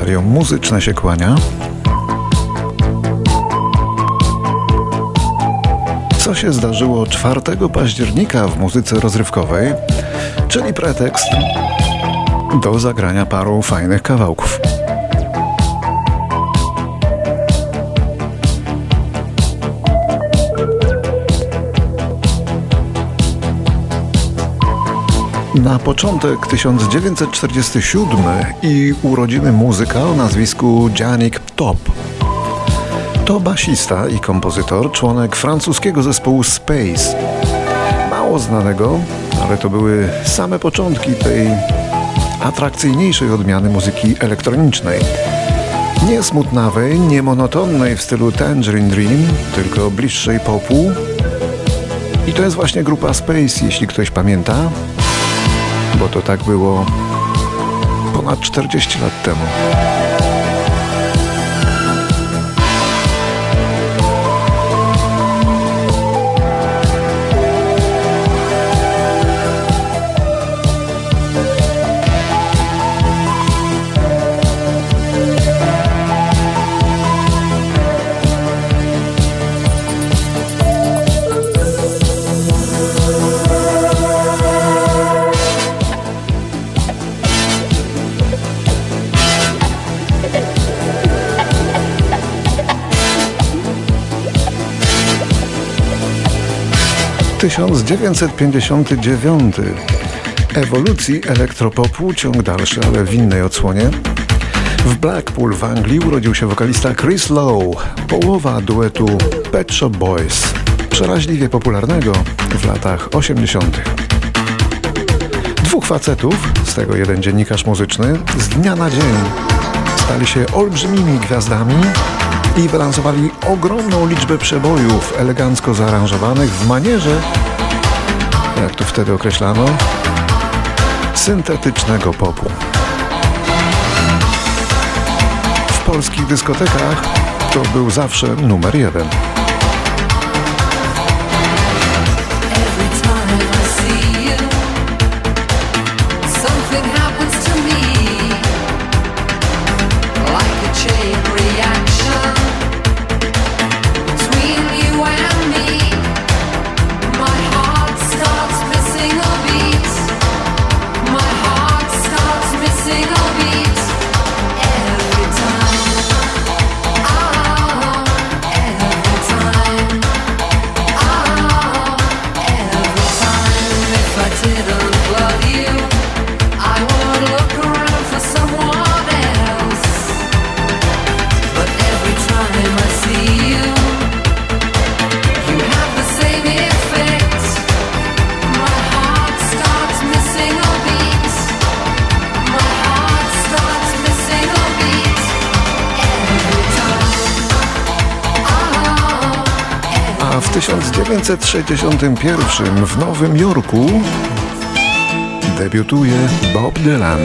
Radio Muzyczne się kłania. Co się zdarzyło 4 października w muzyce rozrywkowej, czyli pretekst do zagrania paru fajnych kawałków. Na początek 1947 i urodziny muzyka o nazwisku Janik Top. To basista i kompozytor, członek francuskiego zespołu Space. Mało znanego, ale to były same początki tej atrakcyjniejszej odmiany muzyki elektronicznej. Nie smutnawej, nie monotonnej w stylu Tangerine Dream, tylko bliższej popu. I to jest właśnie grupa Space, jeśli ktoś pamięta, bo to tak było ponad 40 lat temu. W 1959. Ewolucji elektropopu ciąg dalszy, ale w innej odsłonie. W Blackpool w Anglii urodził się wokalista Chris Lowe, połowa duetu Pet Shop Boys, przeraźliwie popularnego w latach 80. Dwóch facetów, z tego jeden dziennikarz muzyczny, z dnia na dzień stali się olbrzymimi gwiazdami i wylansowali ogromną liczbę przebojów elegancko zaaranżowanych w manierze, jak to wtedy określano, syntetycznego popu. W polskich dyskotekach to był zawsze numer 1. W 1961 w Nowym Jorku debiutuje Bob Dylan.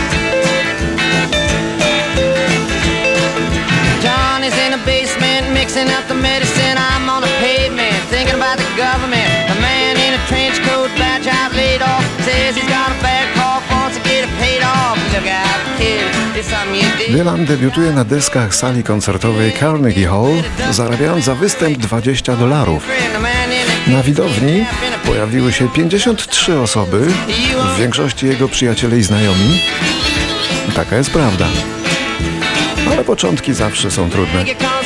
John is in the basement mixing up the medicine. I'm on the pavement thinking about the government. The man in a trench coat, badge out laid off, says he's got a bad cough, wants to get it paid off. Look out, kid, it's something you did. Dylan debiutuje na dyskach sali koncertowej Carnegie Hall, zarabiając za występ $20. Na widowni pojawiły się 53 osoby, w większości jego przyjaciele i znajomi. Taka jest prawda. Ale początki zawsze są trudne.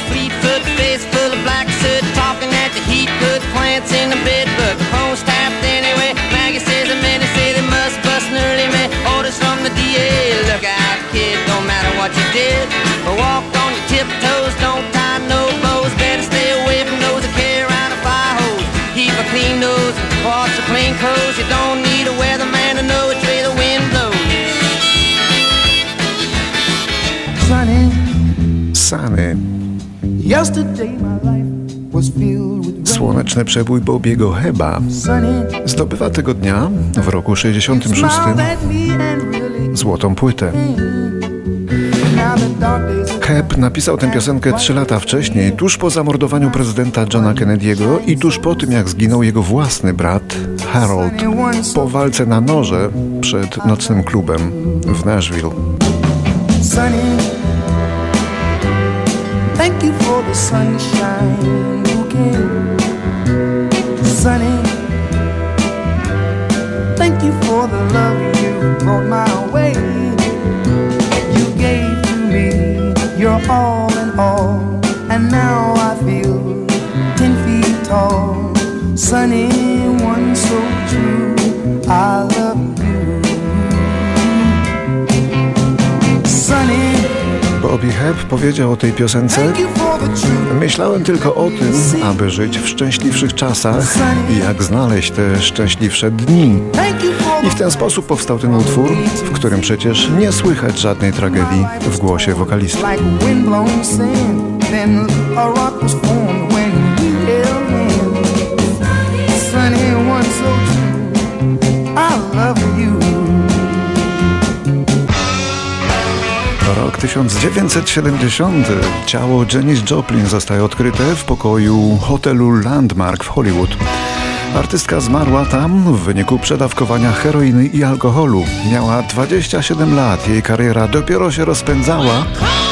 Wash your clean clothes, you don't need a weatherman to know which way the wind blows. Sunny. Yesterday my life was filled with rain. Słoneczny przebój Bobiego Heba zdobywa tego dnia, w roku 66, złotą płytę. Hebb napisał tę piosenkę 3 lata wcześniej, tuż po zamordowaniu prezydenta Johna Kennedy'ego i tuż po tym, jak zginął jego własny brat Harold po walce na noże przed nocnym klubem w Nashville. Sunny. Thank you for the sunshine bouquet, sunny. Thank you for the love you brought my way. You gave to me your all in all, and now I feel 10 feet tall. Sunny, one so true, I love you. Sunny. Bobby Hebb powiedział o tej piosence: myślałem tylko o tym, aby żyć w szczęśliwszych czasach i jak znaleźć te szczęśliwsze dni. I w ten sposób powstał ten utwór, w którym przecież nie słychać żadnej tragedii w głosie wokalisty. Rok 1970. Ciało Janis Joplin zostaje odkryte w pokoju hotelu Landmark w Hollywood. Artystka zmarła tam w wyniku przedawkowania heroiny i alkoholu. Miała 27 lat, jej kariera dopiero się rozpędzała.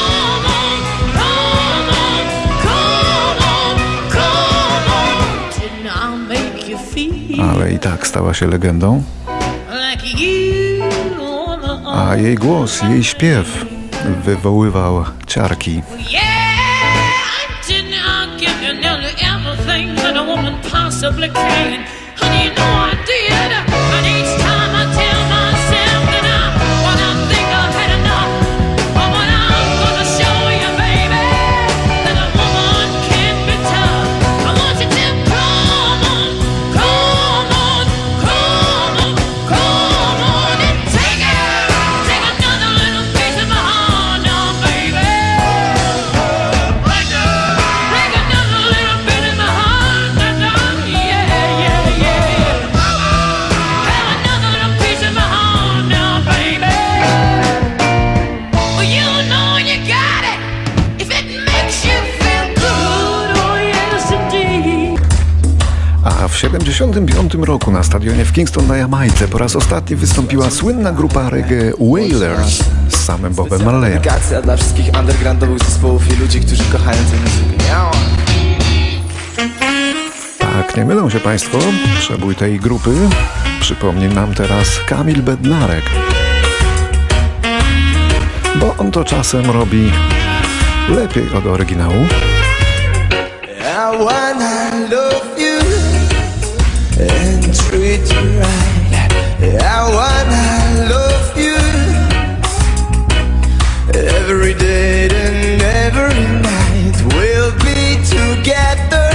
Ale i tak stała się legendą. A jej głos, jej śpiew wywoływał ciarki. W 1975 roku na stadionie w Kingston na Jamajce po raz ostatni wystąpiła słynna grupa reggae Wailers z samym Bobem Marleyem. Dla wszystkich undergroundowych zespołów i ludzi, którzy kochają tę muzykę. Tak, nie mylą się Państwo, przebój tej grupy przypomni nam teraz Kamil Bednarek. Bo on to czasem robi lepiej od oryginału. I wanna love you and treat you right. I wanna love you every day and every night. We'll be together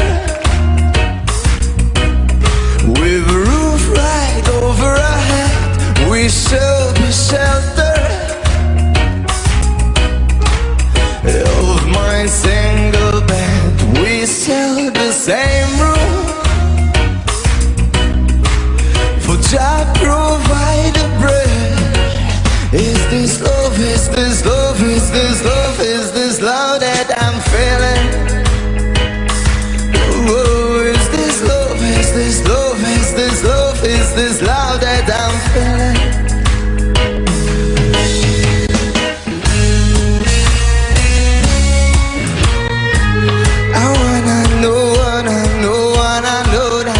with a roof right over our head. We shall be sheltered of my single bed. We shall the same room. I provide the bread. Is this love, is this love, is this love, is this love that I'm feeling? Oh, is this love, is this love, is this love, is this love that I'm feeling? I wanna know, wanna know, wanna know now.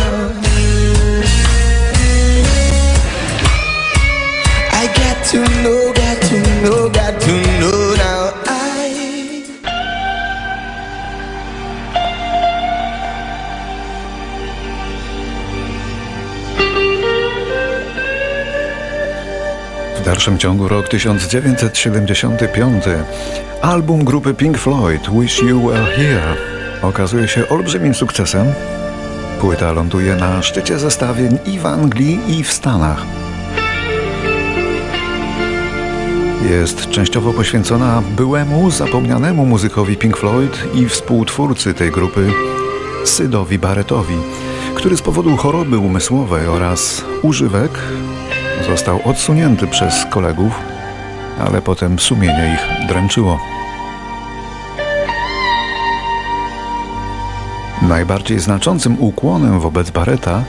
To know, got to know, got to know now. W dalszym ciągu rok 1975. Album grupy Pink Floyd Wish You Were Here okazuje się olbrzymim sukcesem. Płyta ląduje na szczycie zestawień i w Anglii, i w Stanach. Jest częściowo poświęcona byłemu, zapomnianemu muzykowi Pink Floyd i współtwórcy tej grupy Sydowi Barrettowi, który z powodu choroby umysłowej oraz używek został odsunięty przez kolegów, ale potem sumienie ich dręczyło. Najbardziej znaczącym ukłonem wobec Barretta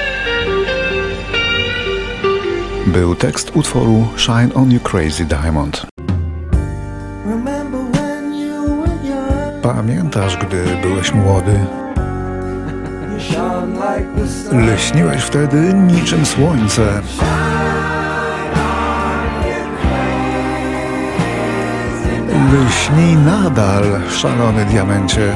był tekst utworu Shine On You Crazy Diamond. Pamiętasz, gdy byłeś młody? Lśniłeś wtedy niczym słońce. Lśnij nadal, szalony diamencie.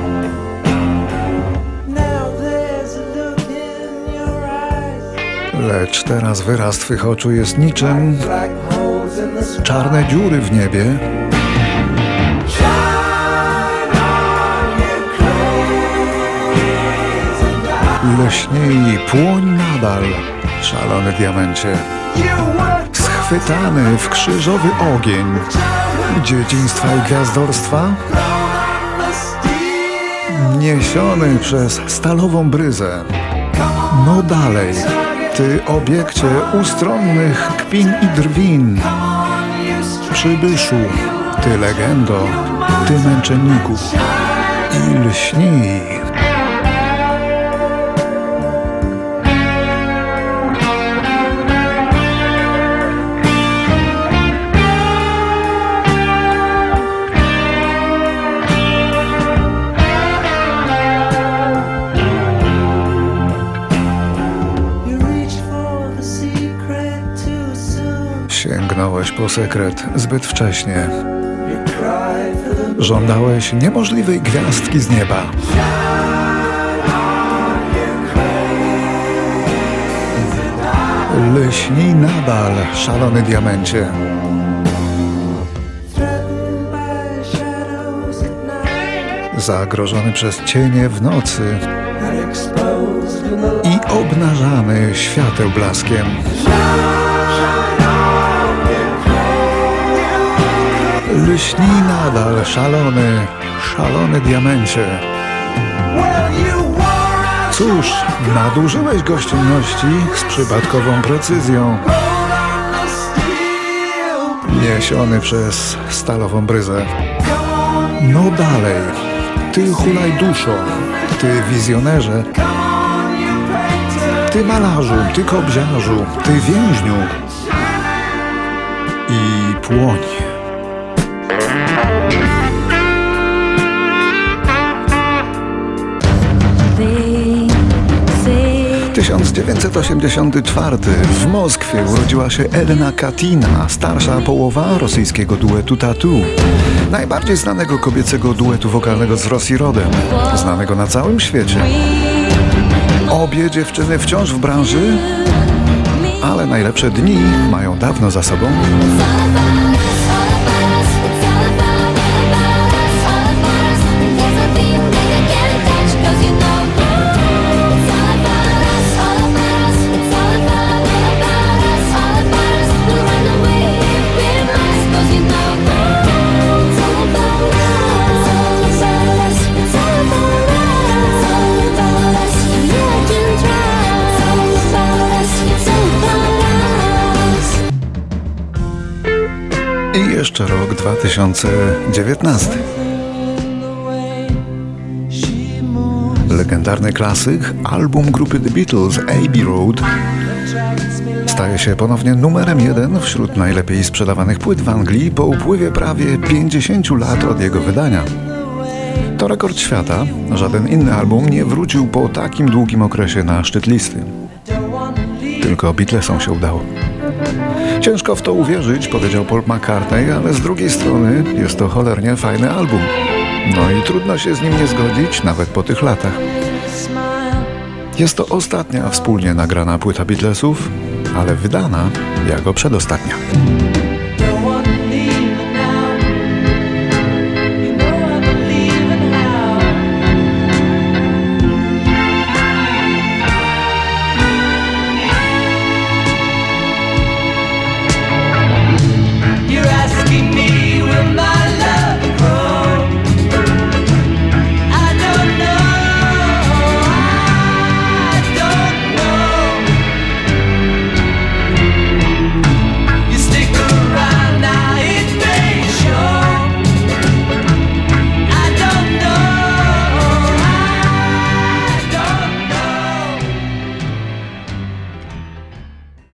Lecz teraz wyraz twych oczu jest niczym czarne dziury w niebie. Lśnij, płoń nadal, szalony diamencie. Schwytany w krzyżowy ogień dzieciństwa i gwiazdorstwa, niesiony przez stalową bryzę. No dalej, ty obiekcie ustronnych kpin i drwin, przybyszu, ty legendo, ty męczenniku, i lśnij. Sięgnąłeś po sekret zbyt wcześnie. Żądałeś niemożliwej gwiazdki z nieba. Lśnij nadal, szalony diamencie. Zagrożony przez cienie w nocy i obnażany świateł blaskiem. Lśnij nadal, szalony diamencie. Cóż, nadużyłeś gościnności z przypadkową precyzją. Niesiony przez stalową bryzę. No dalej, ty hulaj duszo, ty wizjonerze, ty malarzu, ty kobziarzu, ty więźniu i płoń. 1984 w Moskwie urodziła się Elena Katina, starsza połowa rosyjskiego duetu Tattoo, najbardziej znanego kobiecego duetu wokalnego z Rosji rodem, znanego na całym świecie. Obie dziewczyny wciąż w branży, ale najlepsze dni mają dawno za sobą. I jeszcze rok 2019. Legendarny klasyk, album grupy The Beatles, Abbey Road, staje się ponownie numerem 1 wśród najlepiej sprzedawanych płyt w Anglii po upływie prawie 50 lat od jego wydania. To rekord świata, żaden inny album nie wrócił po takim długim okresie na szczyt listy. Tylko Beatlesom się udało. Ciężko w to uwierzyć, powiedział Paul McCartney, ale z drugiej strony jest to cholernie fajny album. No i trudno się z nim nie zgodzić, nawet po tych latach. Jest to ostatnia wspólnie nagrana płyta Beatlesów, ale wydana jako przedostatnia.